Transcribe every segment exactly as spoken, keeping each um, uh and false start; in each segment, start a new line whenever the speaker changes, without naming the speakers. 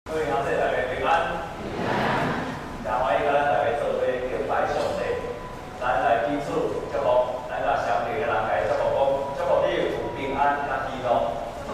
各位兄弟大家平安，真欢喜甲咱大家做伙敬拜上帝。咱来彼此祝福，咱甲相邻的人来祝福讲，祝福你有平安甲喜乐。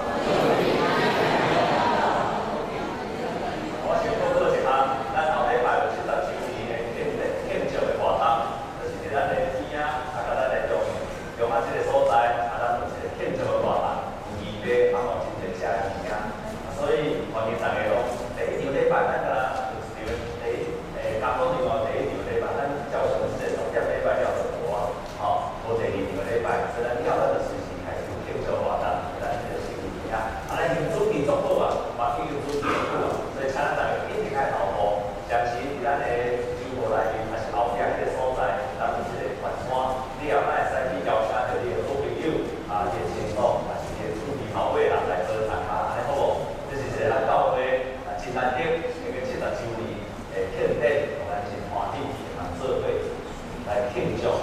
我先报告一下，咱后礼拜有七十周年的庆庆祝的活动，就是伫咱的天啊，啊甲咱的中中啊这个所在，啊咱有一个庆祝的活动，有预备啊有真侪食的物件，所以欢迎大家拢。 第一场礼拜，咱个就是第一诶，刚刚另外第一场礼拜，咱照常即个重点礼拜了就无啊，吼，无第二场礼拜，所以咱了咱就随时开始庆祝活动，咱即个新年啊，啊，咱迎主持做好啊，嘛已经主持做好啊，所以请咱大家一直开头步，暂时伫咱的酒楼内面，还是后壁迄个所在，咱有一个传单，你后摆会使去邀请着你的好朋友啊，你的亲属，还是你的厝边头尾人来做参加，安尼好无？这是一个咱教会。 真难得，这个七十周年的庆典，我们是欢喜同做伙来庆祝。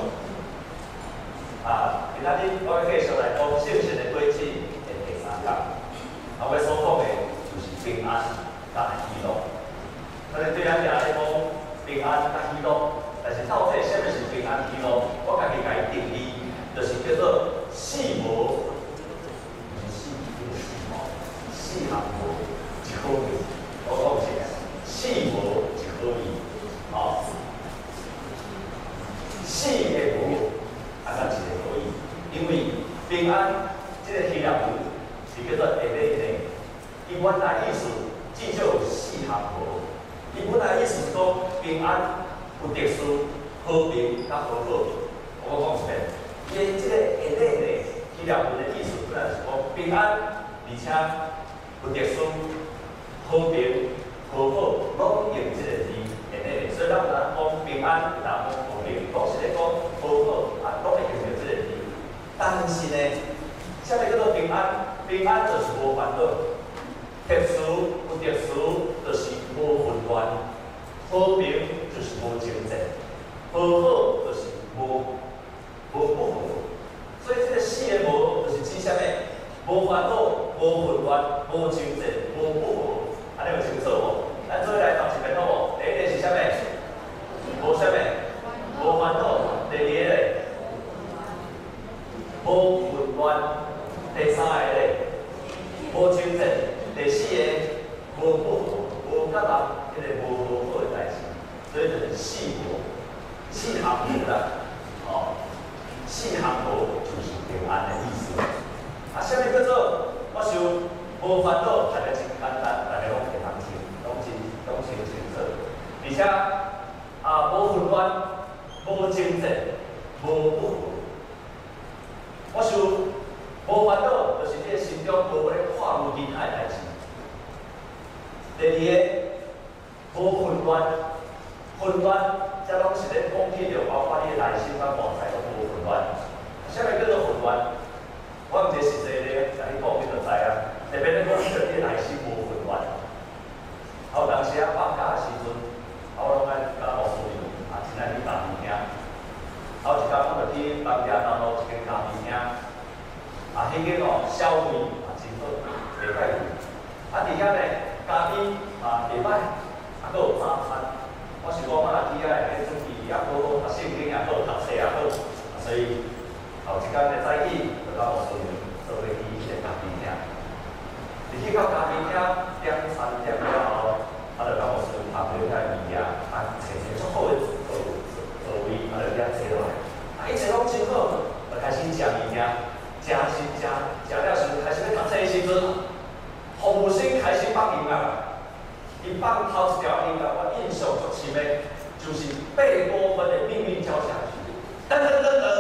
啊，今仔日我要继续来讲圣神的轨迹的第三讲。啊，我所讲的就是平安甲喜乐。咱对咱家来讲平安甲喜乐，但是到底什么是平安喜乐？我家己甲伊定义，就是叫做四无，不是四，这个四吼，四项无一好命。 我讲一下，四无一好意，吼，四个无啊，咱一个好意，因为平安这个希腊文是叫做 elene， 伊原来意思至少有四项无，伊本来意思是讲平安有特殊、和平甲和好。我讲一遍，伊的这个 elene 希腊文的意思本来是讲平安，而且有特殊。 和平、和好，拢用这个字来咧，所以咱有人讲平安，有人讲和平，都是咧讲和好，啊，拢会用到这个字。但是呢，啥物叫做平安？平安就是无烦恼，特殊有特殊就是无混乱，和平就是无争执，和好就是无无不和。所以这个四个无就是指啥物？无烦恼、无混乱、无争执、无不和。 安尼有清楚无？咱做来读一遍好无？第一个是啥物？无啥物？无烦恼。第二个咧，无混乱。第三个咧，无争执。第四个，无不和，无甲人迄个无和好的代志。所以就是四无，四项无啦。哦，四项无就是平安的意思。啊，啥物叫做？我想无烦恼，大家真简单，大家拢。 拢真拢清清楚，而且啊无混乱、无争执、无不和。我想无烦恼，就是你的心中无咧看有其他代志。第二个无混乱，混乱则拢是咧讲起着包括你的内心甲外在拢无混乱。啥物叫做混乱？我毋是实际咧，甲你讲你就知啊。特别咧讲起着你的内心无混乱。 啊，有当时啊放假的时阵，啊我拢爱甲牧师啊，真爱去咖啡厅。啊有一天我就去房家东路一间咖啡厅，啊迄间哦消费啊真好，袂歹贵。啊伫遐呢，咖啡啊袂歹，啊佫有早餐。我想讲我若去遐会准备也好，啊圣经也好，读册也好，所以后一天的早起就甲牧师做伙去迄个咖啡厅。入去到咖啡厅点餐点了后。 啊，就甲牧师拍落遐物件，啊，找一个足好的座座位，啊，就遐坐落来。啊，一切拢真好，就开始食物件，食是食，食了时开始咧读册的时阵，服务生开始放音乐。伊放头一条音乐，我印象足深的，就是贝多芬的《命运交响曲》。噔噔噔噔，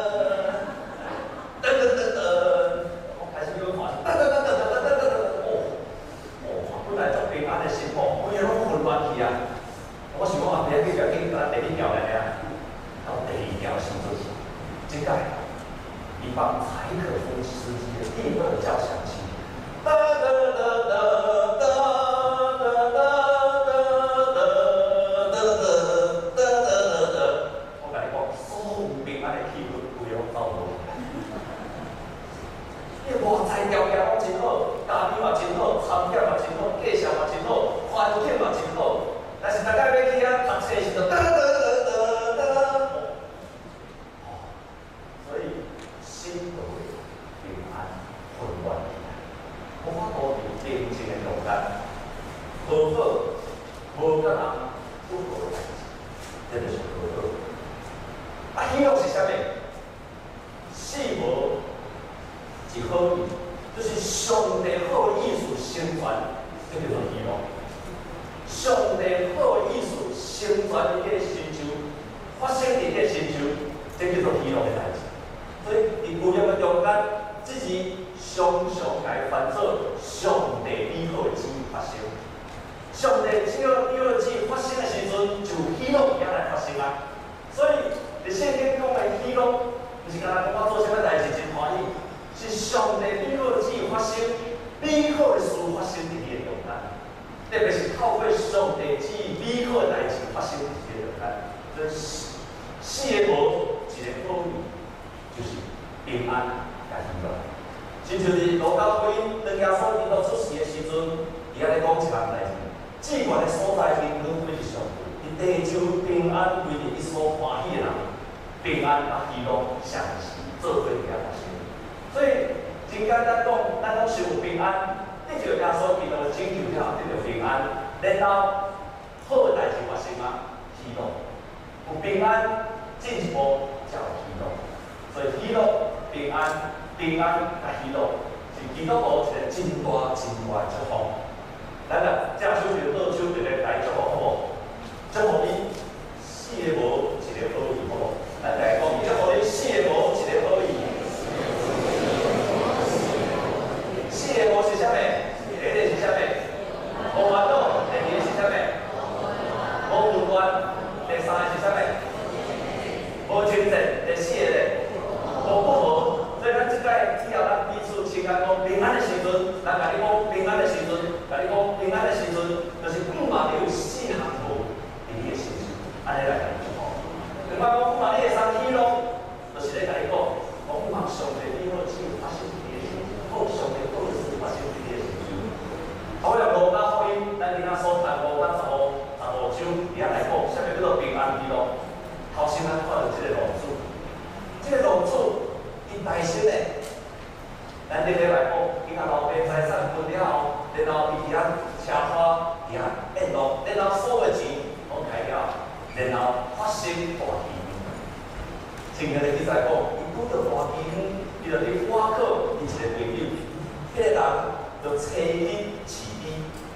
噔噔噔噔，我开始有看，噔噔噔噔噔噔噔噔，哦，哦，本来足平安的心吼。 拢混乱去啊！我想讲啊，别去要紧，咱第一条来啊。到第二条时阵，即个伊放柴可夫斯基的第二交响曲。哒哒哒哒哒哒哒哒哒哒哒哒哒。我甲你讲，所有平安的气氛规个拢走无。你外在条件拢真好，咖啡嘛真好，餐点嘛真好，介绍嘛真好。 好好，无甲人不好的代志，这就是好好。啊，喜乐是啥物？死无是好意，就是上帝好意思成全，这叫做喜乐。上帝好意思成全伊个成就，发生伫个成就，这叫做喜乐的代志。所以伫旧约的中间，即是常常来犯做上帝美好的旨意发生。上帝只要美好的旨意发生的时阵，就喜乐也来发生啊。所以，伫圣经讲的喜乐，毋是干那讲我做啥物代志真欢喜，是上帝美好的旨意发生，美好的事发生伫你的中间。特别是透过上帝旨意美好的代志发生伫你的中间，所以死的无一个好意，就是平安甲喜乐。亲像是路加福音，当耶稣基督出世的时阵，伊安尼讲一项代志：至悬的所在，平安归于上帝；伫地上平安归于伊所欢喜的人，平安甲喜乐常时做伙伫遐发生。所以真简单讲，咱拢想有平安，得着耶稣基督的拯救了，得着平安，然后好的代志发生啊，喜乐；有平安，进一步才有喜乐。所以喜乐、平安。平安甲喜乐是基督徒一个真大真大的祝福。咱啊，正手就倒手，就来来祝福好无？祝福你死的无一个好意好无？咱来讲，祝福你死的无一个好意。死的无是啥物？第一个是啥物？无烦恼。第二个是啥物？无负担。第三个是啥物？无精神。第四个咧，无不和。所以咱即摆以后咱彼此亲讲讲平安的时阵，人甲你讲平安的时阵，甲你讲平安的时阵，就是毋嘛你有四项无伫你的身上，安尼来甲你祝福。另外讲毋嘛你会生喜乐，就是咧甲你讲，讲毋嘛上帝美好的旨意发生伫你的身上，好上帝好的事发生伫你的身上。好了，路加福音，咱今仔所读五章十五十五章，伫遐来讲，啥物叫做平安喜乐？头先咱看到即个龙主，即、这个龙主。大声嘞！咱日日来讲，伊甲老爸财产分了后，然后伊伫遐车花伫遐宴乐，然后所有钱拢开了，然后发生大奇迹。前日的记载讲，伊拄着大奇迹，伊就去挖靠伊一个朋友，迄、那个人就找去饲猪，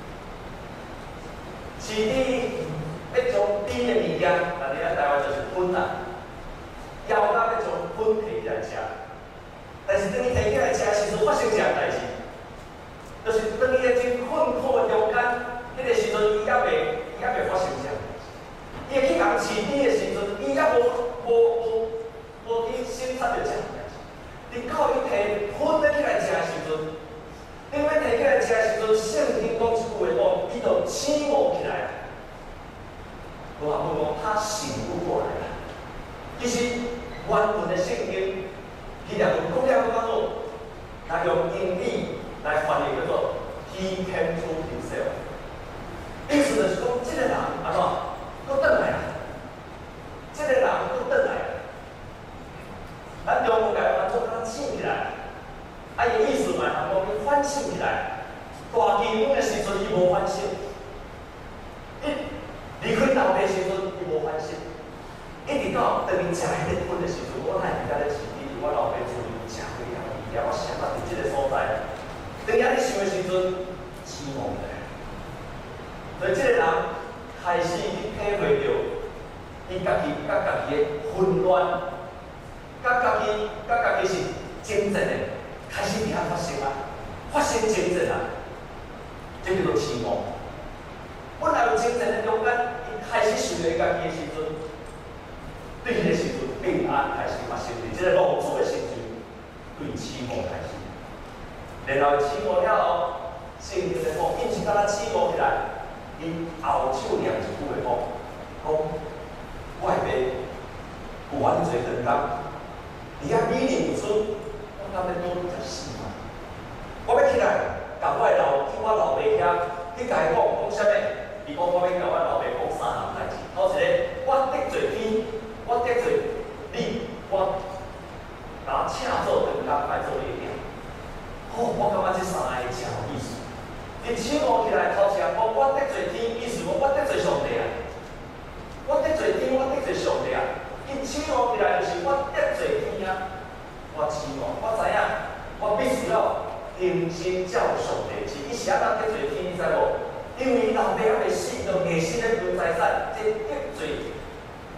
饲猪要将猪的物件，咱伫咱台湾就是粉啦，要甲要将粉摕起来食。但是当伊摕起来食时阵，发生一件代志，就是当伊个真困苦的中间，迄、那个时阵伊还袂，伊还袂发生这样代志。伊去共饲猪的时阵，伊还无无无无去审察着这样代志。直到伊摕粉咧起来食的时阵，因为摕起来食的时阵，圣经讲一句话讲，伊就醒悟起来了。我阿问讲，他醒悟过来了。其实原文的圣经。伊两个讲了讲做，来用英语来翻译叫做 He came to himself， 意思就是讲，这个人安怎，佫转来啦，这个人佫转来啦。咱中文来翻做他醒起来，啊，伊意思嘛，通讲伊反省起来。大基本的时阵，伊无反省；一离开老爸的时阵，伊无反省；一直到当伊食迄个粉的时阵，我乃伫遐咧饲。我老爸厝里食几样物件，我想到伫即个所在，当遐咧想的时阵，醒悟起来。所以即个人开始去体会到，伊家己甲家己的混乱，甲家己甲家己是真正的，开始伫遐发生啊，发生真正啊，这叫做醒悟。本来有真正的中间，伊开始想着家己的时阵。对迄个时阵，平安开始发生伫即个龙主的身上，对起雾开始。然后起雾了后，圣经在讲，因是敢若起雾起来，伊后手念一句话讲，讲我下面有偌济长工，而遐美丽有春，我敢要倒食死嘛？我要起来，甲我的老去我老爸遐去甲伊讲讲啥物？伊讲我要甲我老爸讲三项代志，头一个我得罪天。我得罪你，我甲请做长工来做你领。哦，我感觉这三个真有意思。伊醒悟起来，头前讲我得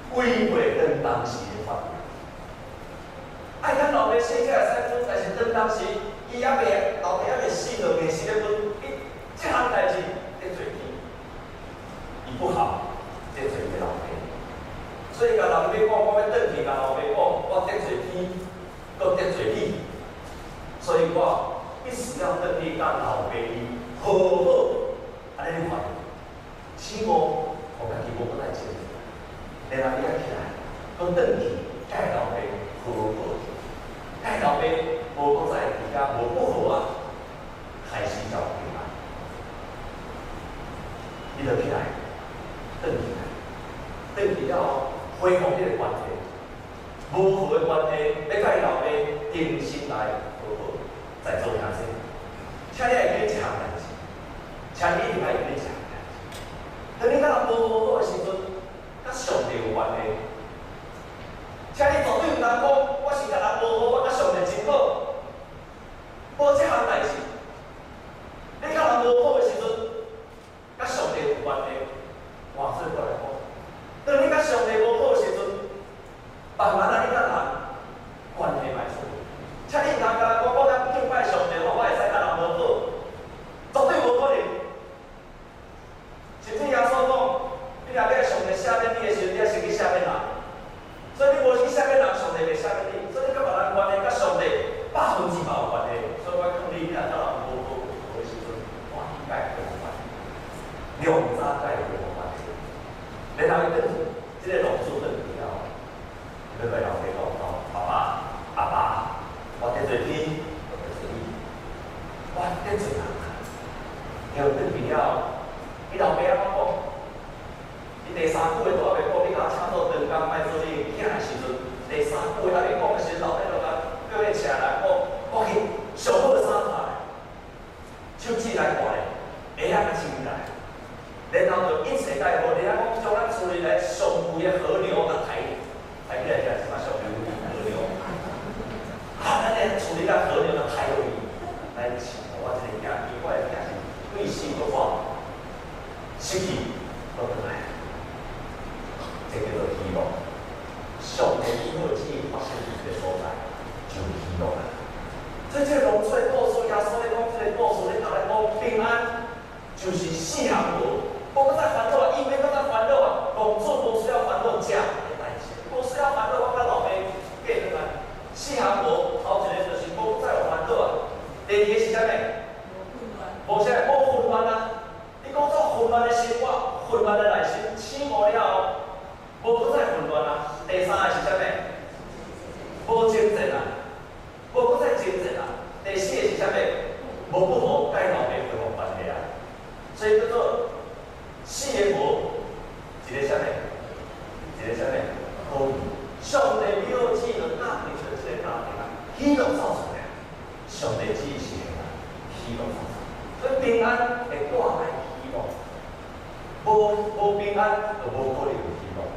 违背咱当时的法律。爱咱老爸生起来使分，但是当当时伊还未老爸还未死落，未死咧分，伊这项代志得做天，伊不好，得做伊老爸。所以甲老爸讲，我要转去甲老爸讲，我得罪天，搁得罪你，所以我必须要转去甲老爸伊好好安尼话，起码互家己无搁来争，然后伊起来，搁转去甲老爸好好，甲老爸无搁再伫甲无不好啊，开始交平安，伊就起来，转起来，转去了。恢复这个关系，无好的关系，要甲伊老爸定心来好好再做下先。请你会记一项代志，请你一定要记一项代志。当你甲人无好好的时阵，甲上帝有关系。请你绝对唔通讲，我是甲人无好，我甲上帝真好，无这项代志。你甲人无好的时阵，甲上帝有关系，换做过来讲。当你甲上帝无好的时阵，慢慢啊，你甲人关系歹处。请你唔通甲我，我甲敬拜上帝，我会使甲人无好，绝对无可能。甚至耶稣讲，你若要上帝赦免你的时阵，你要先去赦免人。所以你无去赦免人，上帝袂赦免你。所以你甲别人关系，甲上帝百分之百有关系。所以我劝你，你若甲人无好的时阵，我应该有关系，两早该有关系。然后伊等即个龙珠等去了，要对老爸讲讲，爸爸、阿爸，我得罪天，我得罪你，我得罪人。然后等去了，伊老爸啊讲，伊第三句话都还袂讲，你甲我请到长工卖做你囝的时阵，第三句话还袂讲的时阵，老爸就甲叫伊起来，我我去上好的衫穿，手指来看咧，鞋仔甲穿起来。然后就一切解好，你睇讲将咱厝里来上贵的河流甲抬抬起来，叫什么上贵河流？啊，咱连厝里甲河流都抬落去，来请我一个囝，伊我的囝是对死不放，失去都回来，这叫做希望。上帝以后只发生伫这个所在，就是希望啦。所以这个龙出的故事，耶稣咧讲这个故事，咧头来讲平安，就是四项无。无搁再烦恼啊，伊免搁再烦恼啊，公主无需要烦恼食的代志，无需要烦恼我甲老爸嫁转来。四项无，头一个就是无再有烦恼啊。第二个是啥物？无啥，无混乱啊！你讲做混乱的生活，混乱的内心，醒悟了后，无搁再混乱啊。第三个是啥物？无精神啊，无搁再精神啊。第四个是啥物？无不好，甲老爸恢复关系啊。所以叫做。四个无，一个啥物？一个啥物？好意。上帝美好旨意就搭配出这个家庭啊，喜乐造出来。上帝旨意是平安，喜乐造出来。所以平安会带来希望，无无平安就无可能有希望。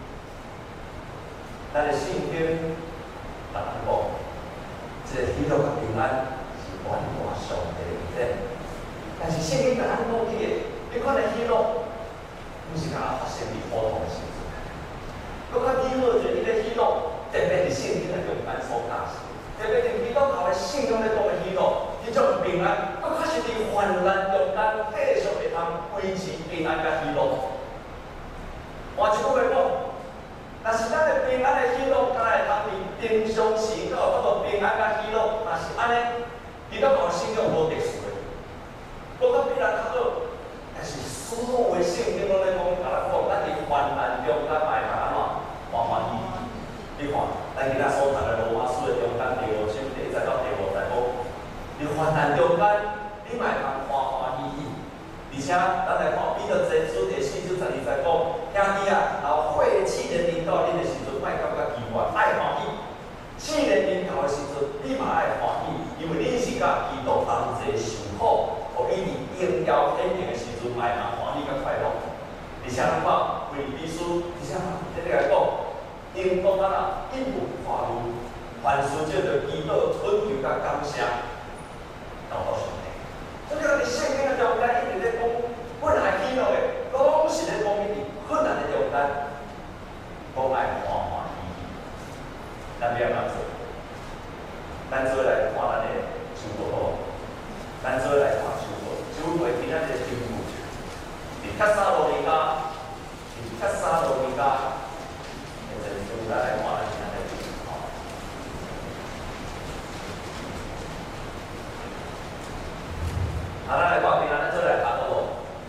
咱的圣经答案讲，这个喜乐甲平安是完全上帝的恩典，但是圣经答案讲起的。你看的喜乐，毋是敢若发生伫普通的时阵，搁较美好就伊个喜乐，特别是圣经的用单所教示，特别是基督教的信仰咧讲的喜乐，迄种平安，搁较是伫患难中间继续会通维持平安甲喜乐。换一句话讲，若是咱的平安的喜乐，敢会通伫平常时都有法度平安甲喜乐，若是安尼，基督教的信仰无特殊的，无甲比人较好。但是所有的圣经拢咧讲，甲咱讲，咱伫患难中间卖通安怎欢欢喜喜。你看，咱今仔所读的罗马书的中间第五章第一节到第五节讲，伫患难中间，你卖通欢欢喜喜。而且，咱来看彼得前书第四章十二节讲，兄弟啊，若火气的临到恁的时阵，莫感觉奇怪，爱欢喜。气的临到的时阵，你嘛爱欢喜，因为恁是甲基督同齐受苦。互伊伫荣耀显现的时阵，卖通欢喜甲快乐。而且咱看腓立比书，而且这个来讲，因讲咱啊，因无话语，凡事借着祈祷、恳求甲感谢，交到上帝。所以咱伫圣经的中间一直咧讲，本来喜乐的，拢是咧讲伊伫困难的中间，讲安较沙路面加，是较沙路面加，现在就咱来看咱今仔日吼。啊，咱来看今仔日做来读好无？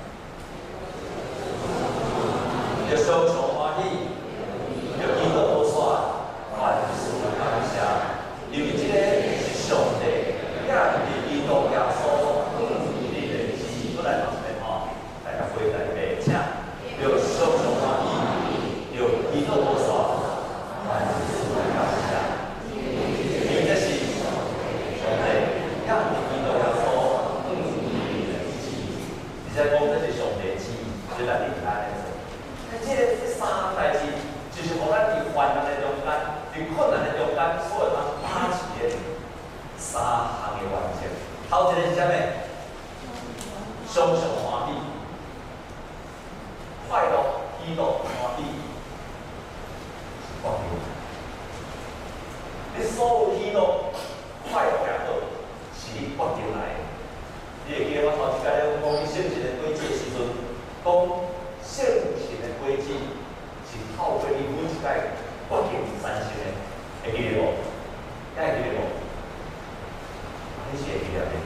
要相常欢喜，要祈祷多煞，万事感谢，因为这个是上帝也是基督耶稣嗯你的旨意，都来读一遍吼，大家回来背，请要相常欢喜，要祈祷多煞，万事感谢，因为这是上帝也是基督耶稣嗯你的旨意，而且讲这是上帝旨意，所以咱平安的做。这个这三代志，就是互咱伫患难的中间，伫困难的中间，所有通把持的三项的完成。头一个是啥物？相常欢喜，快乐、喜乐、欢喜，决定。你所有喜乐、快乐也好，是你决定来的。你会记得我头一届咧讲你圣经的轨迹的时阵，讲。圣神的轨迹是透过你每一届决定产生的，会记得无？敢会记得无？你是会记得的。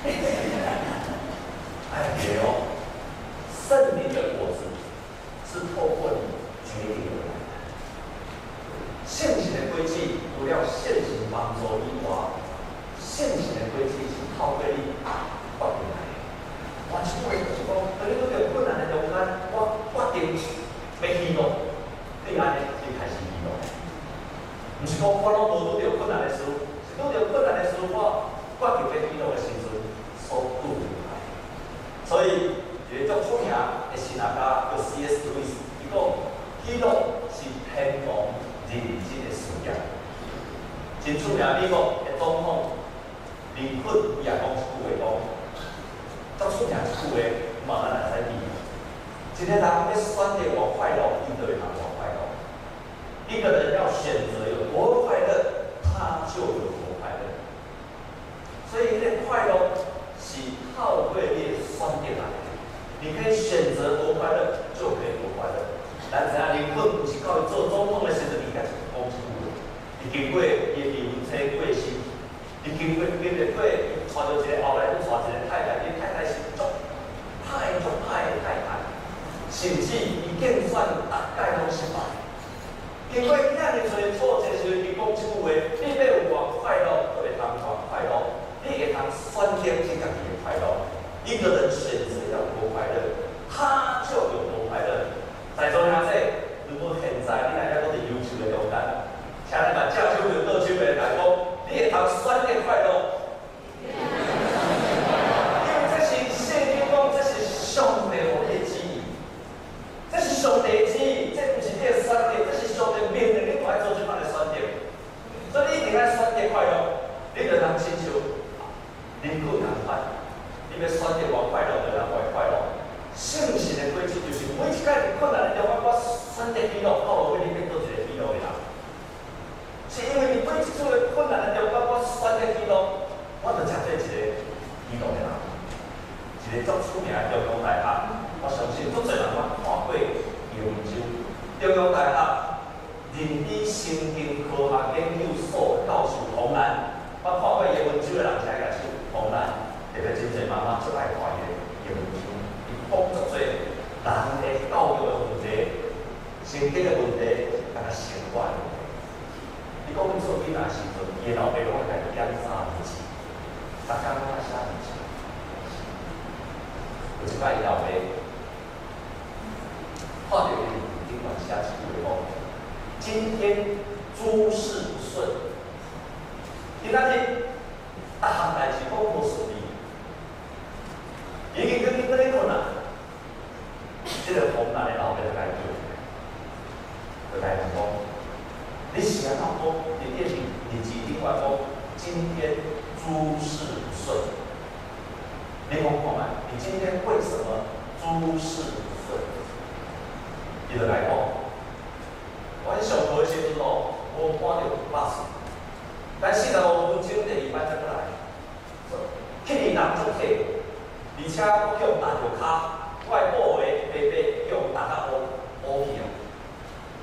哎，记得哦。圣灵的果子是透过你决定而来的。圣神的轨迹除了现行帮助以外，圣神的轨迹是透过你决定来的。完全袂就是讲，当你拄着困难的中间，我决定要喜乐，你安尼就开始喜乐。毋是讲我拢无拄着困难的事，是拄着困难的事，我决定要喜乐的时阵所拄着来。所以一个足出名的神学家叫 C S Lewis， 伊讲喜乐是天王认真的事业。真出名美国的总统林肯伊也讲一句话讲。足出名一句话，嘛咱来使记。一个人要选择我快乐，伊就会通我快乐。一个人要选择有多快乐，他就有多快乐。所以，那快乐是透过你的选择来的。你可以选择多快乐，就可以多快乐。但是啊，林肯不是到伊做总统的时阵，伊才讲一句话。伊经过伊离婚妻过世，伊经过经历过，伊娶到一个后来，伊娶一个太太，伊太太是足歹足歹的太太，甚至伊竞选大概拢失败。经过遐尼多挫折时，伊讲一句话：你要有偌快乐，就会通偌快乐；你会通选择你家己的快乐。一个人选择要多快乐，他就有多快乐。在座兄弟，如果现在你大家都是优秀的中间，请你把教手就倒手来来讲，你会通选择快乐。上帝我的旨意，这是上帝的旨意，这不是你的选择，这是上帝命令你爱做这款的选择。所以你一定要选择快乐，你就通亲像林肯同款，你要选择我快乐，就通我快乐。圣神的轨迹就是每一届困难的中间，我选择喜乐，到后尾你变做一个喜乐的人。是因为你每一次的困难的中间，我选择喜乐，我就真做一个喜乐的人。一个足出名的中央大学，我相信足侪人捌看过伊的文章。中央大学人理神经科学研究所教授洪兰，我看过伊的文章的人，请举手。洪兰，特别真侪妈妈最爱看伊的文章，伊讲足侪人的教育的问题、身体的问题，甲个生活的问题。伊讲伊做囡仔时阵，伊的老爸拢会甲伊养三年级，逐工拢爱写字。有一摆伊老爸看到伊顶管写一句话讲：今天诸事不顺，今仔日逐项代志拢无顺利，已经跟你跟你困难。这个洪难的老爸就甲伊叫，就甲伊讲：你是安怎讲？你电视日记顶管讲，今天诸事不顺。你讲看嘛，你今天为什么诸事不顺？伊就来讲，我上课的时阵哦，无看到巴士，但四十五分钟第二班才过来，去年人足客，而且我叫大条卡，我的某个爸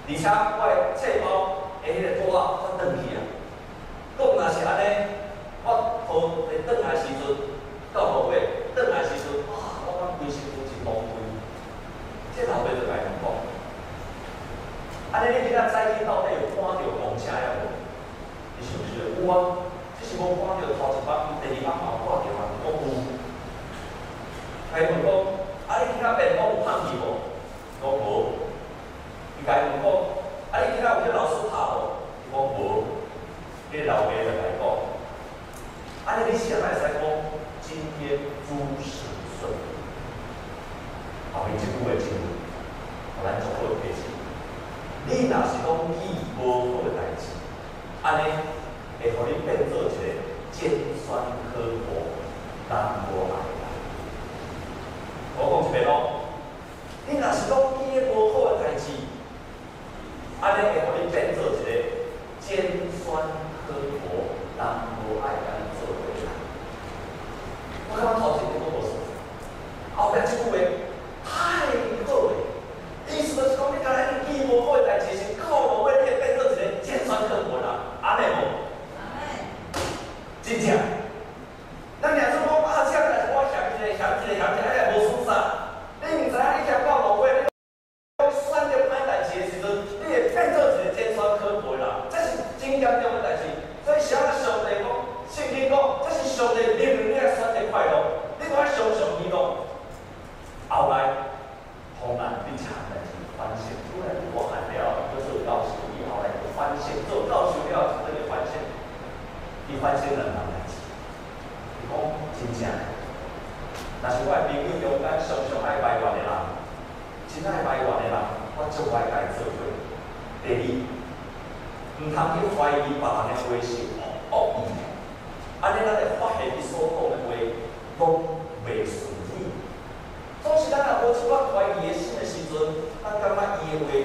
而且我的册包的迄个纸仔我转去啊。讲若是安尼，我头会转来时阵，到后尾转来时阵，哇，我感规身躯一崩溃。这老爸就来讲，安尼你今仔早起到底有赶到公车了无？你是不是有啊？只是无赶到头一班，第二班嘛有赶到啊，讲有。伊问讲，啊你今仔便当有放去无？讲无。伊甲伊问讲，啊你今仔有叫老师拍无？伊讲无。迄个老爸就来讲，安尼你是安会使讲今天诸事顺利？后面一句话真有，互咱足好提醒。你若是讲遇无好个代志，安尼会互你变做一个尖酸刻薄、人无爱人。我讲一遍咯，你若是讲遇个无好个代志，安尼会互你变做一个尖酸刻薄、人无爱甲你做伙人。我感觉头前我无错，后壁即句话太好个，意思就是讲你若来遇无好个代志，是到无尾你会变做一个尖酸刻薄人，安尼无？真正，咱俩说讲啊，这样代志我嫌一个嫌一个嫌一个，哎呀无输啥。你毋知影你嫌到无尾，你讲选着歹代志的时阵，你会变做一个尖酸刻薄的人，这是真严重的代志。所以上上帝讲，圣经讲，这是上帝命令你来选择快乐，你该常常希望后来突然你查代志反省，突然你活汉了，要做教授以后来反省，做教授了就要反省。伊反省两项代志，伊讲真正，若是我的朋友中间常常爱埋怨的人，真爱埋怨的人，我就爱甲伊做伙。第二，毋通去怀疑别人的话是恶意的，安尼咱会发现伊所讲的话拢袂顺利。总是咱若无即款怀疑的心的时阵，咱感觉伊的话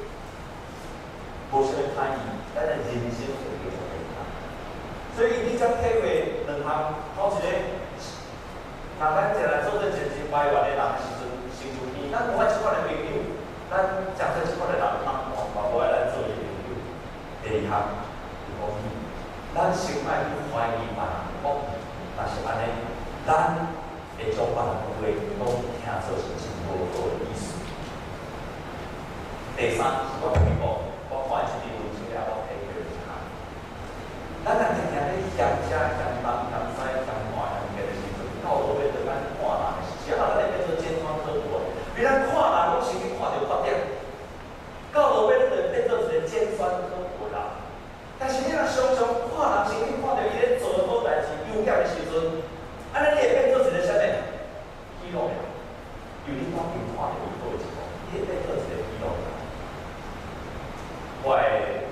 无啥物歹意，咱的人生会继续会歹。所以你将体会两项，头一个，当咱一来做这真正埋怨的人的时阵，成就天，咱无法即款的朋友，咱假设即款的人，通通无爱咱做伊朋友。第二项，是讲咱先莫去怀疑别人恶意，但是安尼，咱会将别人的话拢听做是真无好的意思。第三是我跟你讲，我看一篇文章了，我体会一下。咱若天天咧嫌遮嫌东嫌西嫌换嫌个的时阵，到落尾对咱看人的是啥？咱咧变做尖酸刻薄的，比咱看人拢先去看到缺点，到落尾你就变做一个尖酸刻薄人。但是你若常常看人先去看到伊咧做好代志、优点的时阵，安尼你会变做一个啥物？喜乐人，因为你当面看到伊好的一面，你会变做一个喜乐人。我的。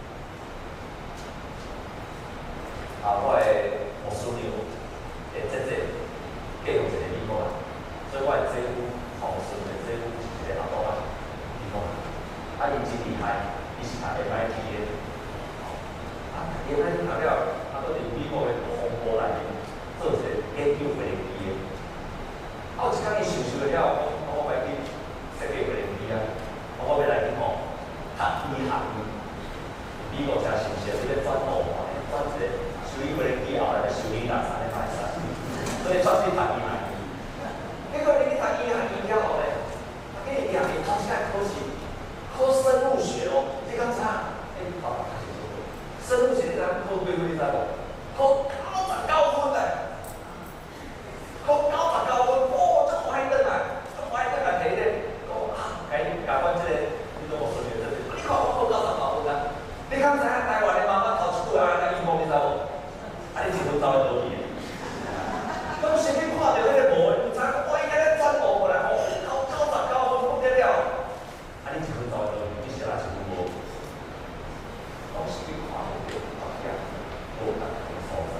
啊，我的牧师娘的姐姐嫁予一个美国人，所以我的姐夫同孙的姐夫是一个阿公啊，美国人。啊，伊真厉害，伊是读 M I T 的，啊，M I T 读了，啊，搁伫美国的红波内面做一个研究飞行机的。啊，有一天伊想想了，讲我要去设计飞行机啊，我要来去吼读医学院。美国真熟悉，你要转路嘛，转一个。修理飞行机后来就修理垃圾咧卖使，所以转去读医学院。结果你去读医学院了后咧，啊，去医学院头先考试，考生物学哦，你敢知影？哎，爸爸开始做过。生物学你知影考几分你知无？考九十九分嘞，考九十九分，哦，足快转来，足快转来提咧，讲啊，甲伊甲阮即个，你都无顺利，你看我考九十九分啊，你敢知影台湾的妈妈头一句啊，甲伊讲你知无？啊！你一分走去倒去？当时你看到迄个无，唔知我应该咧转误过来，哦，考九十九分不得了。啊！你一分走去倒去？你写哪一分无？当时你看到这个发现，无大个所在。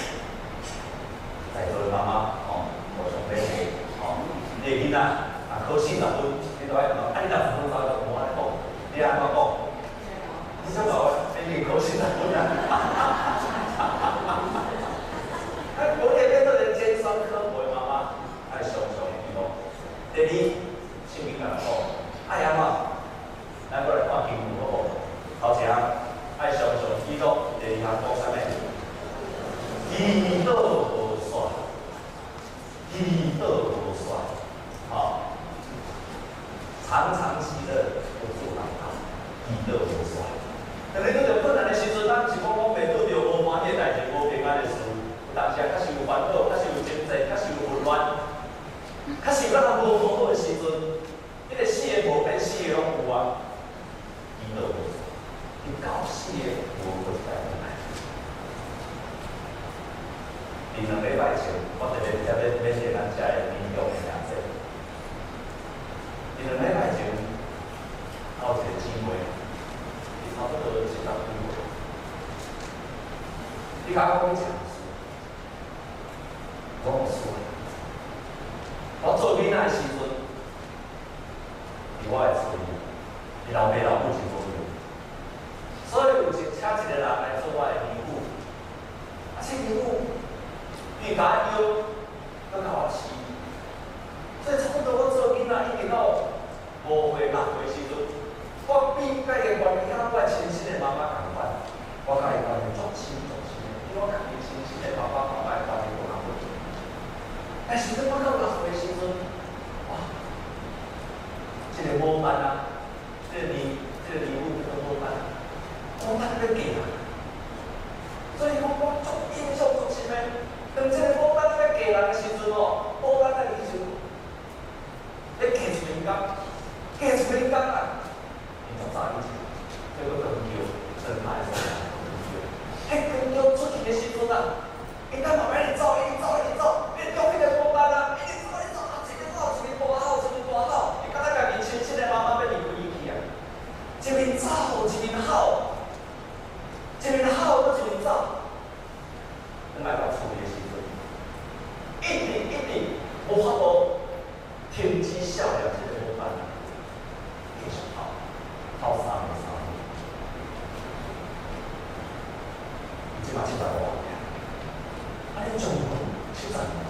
在座的妈妈，哦，我上辈子，哦，你的囡仔啊考四十分，你都爱讲，啊！你若十分走去，我来讲，你安怎讲？你怎讲？你考四十分啊？啊，无你变做人尖酸刻薄的妈妈，爱常常记录。第二，圣经甲咱讲，爱安怎？咱过来看经文， 常常喜乐，不住祷告，喜乐无衰。但你遇到困难的时阵，咱是讲讲袂拄着无欢喜的代志、无平安的事，有当时啊，确实有烦恼，确实有经济，确实有混乱，确实有咱人无好好的时阵，迄个死的无变，死的拢有啊，喜乐无衰。你到死的无会再回来。伫两礼拜前，我特别特别要写咱遮的民众的名字。伫两礼拜前，有一个姊妹，伊差不多七十几岁，伊甲我讲一件事，我有说，我做囡仔的时阵，伫我的厝里，伊老爸老母是无用，所以有一请一个人来做我的义母，啊，这义母。伊甲我邀，搁甲我饲，所以差不多我做囡仔一直到五岁、六岁时阵，我比甲伊个关系啊，我亲生的妈妈共款，我甲伊关系足亲足亲的，因为我家己亲生的爸爸妈妈的关系无共款。但是等我到六岁时阵，哇，这个模范啊，这个礼，这个礼物叫做模范，模范要嫁人，所以讲我足印象足深的。当这个保单在嫁人的时阵哦，保单在以前，你嫁出人家，嫁出人家啊，你就早以前，叫做公桥，正牌所讲公桥。迄公桥出去的时阵啊，伊等慢慢地走，一直走，一直走，你中迄个保单啊，一直走，一直走，啊，一边走，一边大吼，一边大吼，伊敢若家己亲生的妈妈要离开伊去啊，一边走，一边吼，一边吼，搁一边走。等来到厝里的时阵，一直一直无法度停止笑了，这个模范继续跑，跑三个三年，伊即马七十五年，啊，你总共七十年，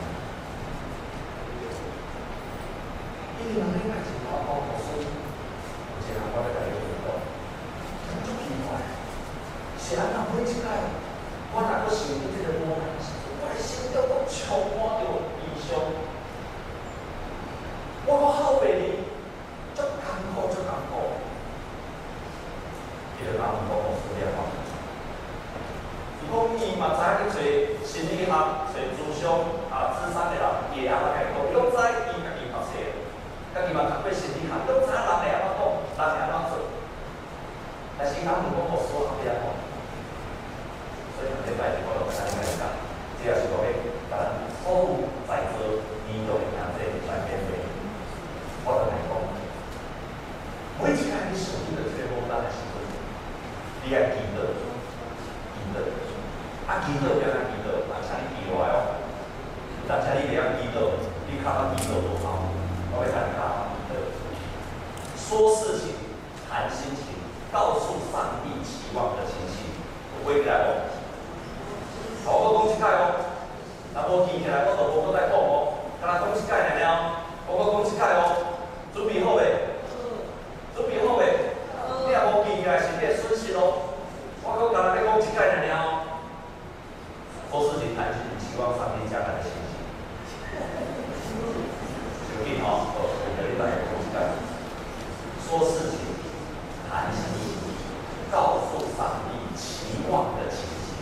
伊两礼拜前我讲老师，有一项我咧甲你分享，足奇怪，是安怎每一摆？我若阁想起这个模范的时阵，我的心中阁充满着悲伤。我阁后悔哩，足艰苦，足艰苦。伊就甲阮讲我思念我。伊讲伊嘛知影去找心理学、找智商啊、智商的人，伊会安怎甲伊讲？伊拢知伊家己读册，家己嘛读过心理学，伊拢知影人会安怎讲，人会安怎做。但是伊敢问我老师后壁安怎？所以礼拜日我就甲咱讲，这也是讲要甲咱所有在座民众的名字来面对。我就来讲，每一摆你想起着这个孤单的时阵，你爱记得，记得，啊记得不要记得，人请你记落来哦。人请你袂晓记得，你较较记得多好，我要甲你较好记得。说事情，谈心情，告诉上帝期望的情形，我会来哦。好，我讲一届哦，若无记起来，我就无搁再讲哦。敢若讲一届尔了，我搁讲一届哦。准备好未？准备好未？你若无记起来，是你的损失哦。我搁敢若要讲一届尔了。做事情谈心，期望上帝将来的信息。小心哦，我我礼拜讲一届。说事情，谈心，告诉上帝期望的情形。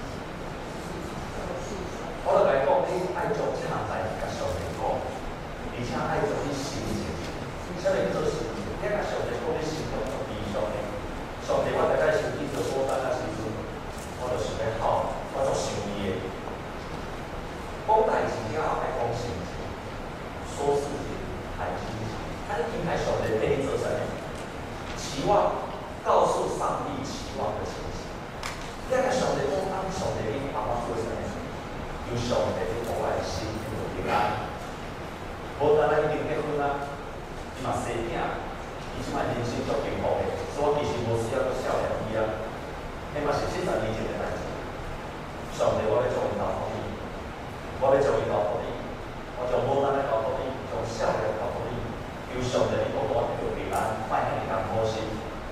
我就来讲，你爱做这项代志，甲上帝讲，而且爱做你心情。啥物叫做心情？你甲上帝讲，你心中做悲伤的。上帝，我大概想起做孤单的时阵，我就想要哭，我就想伊的。讲代志了后，爱讲心情，说事情，谈心情。啊，你听海上帝对你做啥物？期望，告诉上帝期望的情形。你甲上帝讲，当上帝你帮我做啥物？有上帝你互我的心有平安，无单咱一定结婚啊，伊嘛生囝，伊即摆人生足幸福的，所以我其实无需要去孝顺伊啊，迄嘛是七十年前的代志。上帝，我要将伊交互你，我要将伊交互你，我将无单来交互你，将孝顺交互你，有上帝你互我有平安，莫遐尼艰苦心。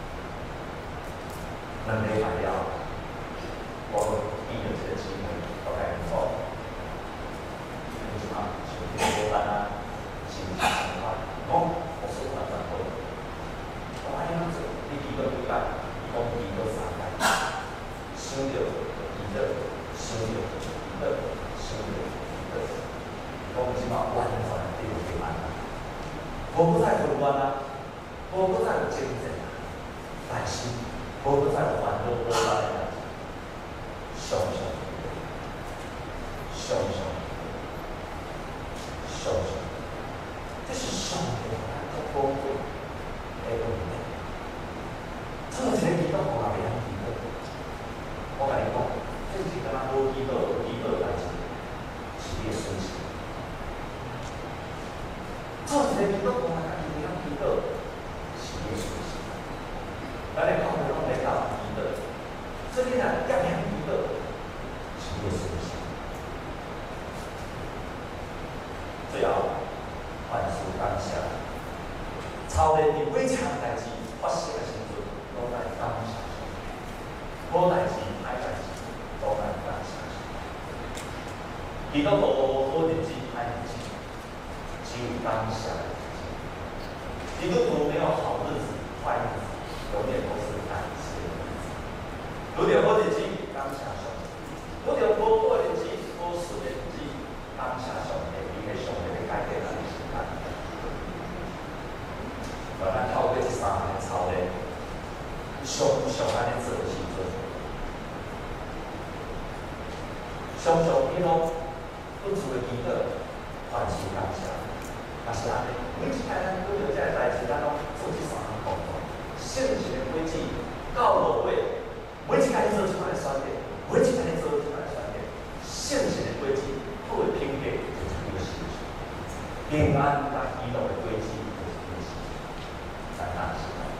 两礼拜了，我记着这个机会，我甲伊讲。啊，想听歌单啊，心情情况，讲我说完全好。 再混乱啊，无搁再有精神啊，但是无搁再有烦恼无咱的代志，常常常常常常，这是上帝给咱祝福的问题。做一个基督徒也袂晓祈祷，我甲你讲，这是敢若无祈祷有祈祷的代志，是你的损失。做一个基督徒也家己袂晓祈祷，是你的损失。咱的教会拢在教祈祷，所以你若业业祈祷，是你的损失。最后，凡事感谢，操练伫每一项代志发生的时阵，都来感谢上帝。好代志、歹代志，都来感谢上帝。基督徒无好日子、歹日子，只有当下的日子。基督徒没有好日子、坏日子，永远都是感谢的日子。有点好日子，感谢上帝；有点无好日子、无顺的日子，感谢上帝。因为上帝会改变咱的时间。咱咱透过这三项操练，常常安尼做的时阵，常常迄种不住的祈祷，凡事感谢。也是安尼，每一摆咱拄着这个代志，咱拢做这三项工作。圣经的规矩到落尾，每一摆做出来的选择，每一摆做出来的选择，圣经的规矩都会评价就是你的心。平安甲喜乐的规矩就是你的心。咱哪是咱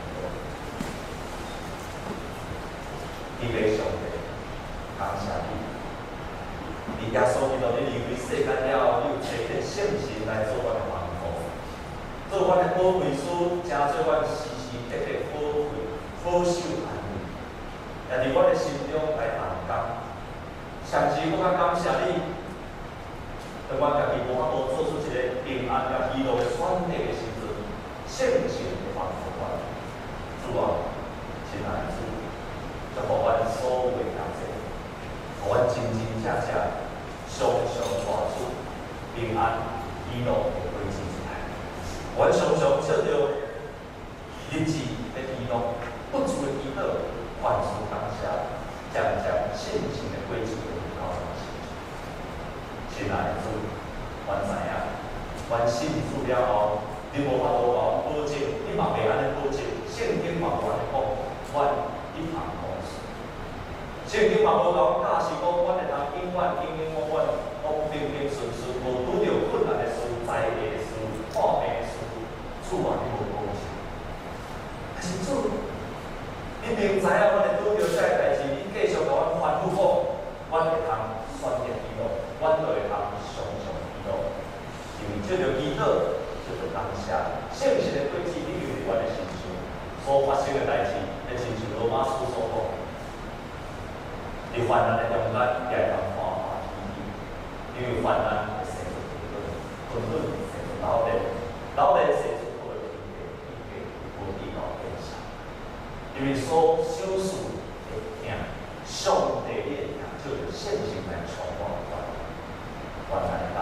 你给上帝感谢你。你耶稣基督你离开世间了，你有找见圣神来做我的帮助，做我的保惠师，真做我时时刻刻保惠、保守安慰，也伫我的心中来同工。上时我较感谢你，当我家己无法度做出一个平安甲喜乐的选择的时阵，圣神会帮助我。主啊，亲爱的主，就互阮所有的一切，互阮真真正正。常常活出平安喜乐的规矩出来。我常常照着日子的祈祷，不住的祈祷，凡事感谢，渐渐圣经的规矩会到咱心中。亲爱的主，阮知影，阮信主了后，你无法度甲阮保证，你嘛袂安尼保证，圣经嘛无安尼讲，阮一帆风顺。圣经嘛无甲阮教示讲，阮会当永远永永远远拢平平顺顺，无拄着困难的事、灾害的事、破病的事，主啊，你无保证。但是主，你明知影阮会拄着这个代志，你继续甲阮吩咐讲，阮会通选择祈祷，阮就会通常常祈祷，因为照着祈祷，照着当下，圣神的规矩，你就是阮的心上所发生的代志，就亲像罗马书所讲。你患难的中间，也会当欢欢喜喜，因为患难会生出困顿，困顿会生出老练，老练生出好的品格，品格无地到天上。因为所小事的听，上帝的听，就是圣经来传播出来，传来。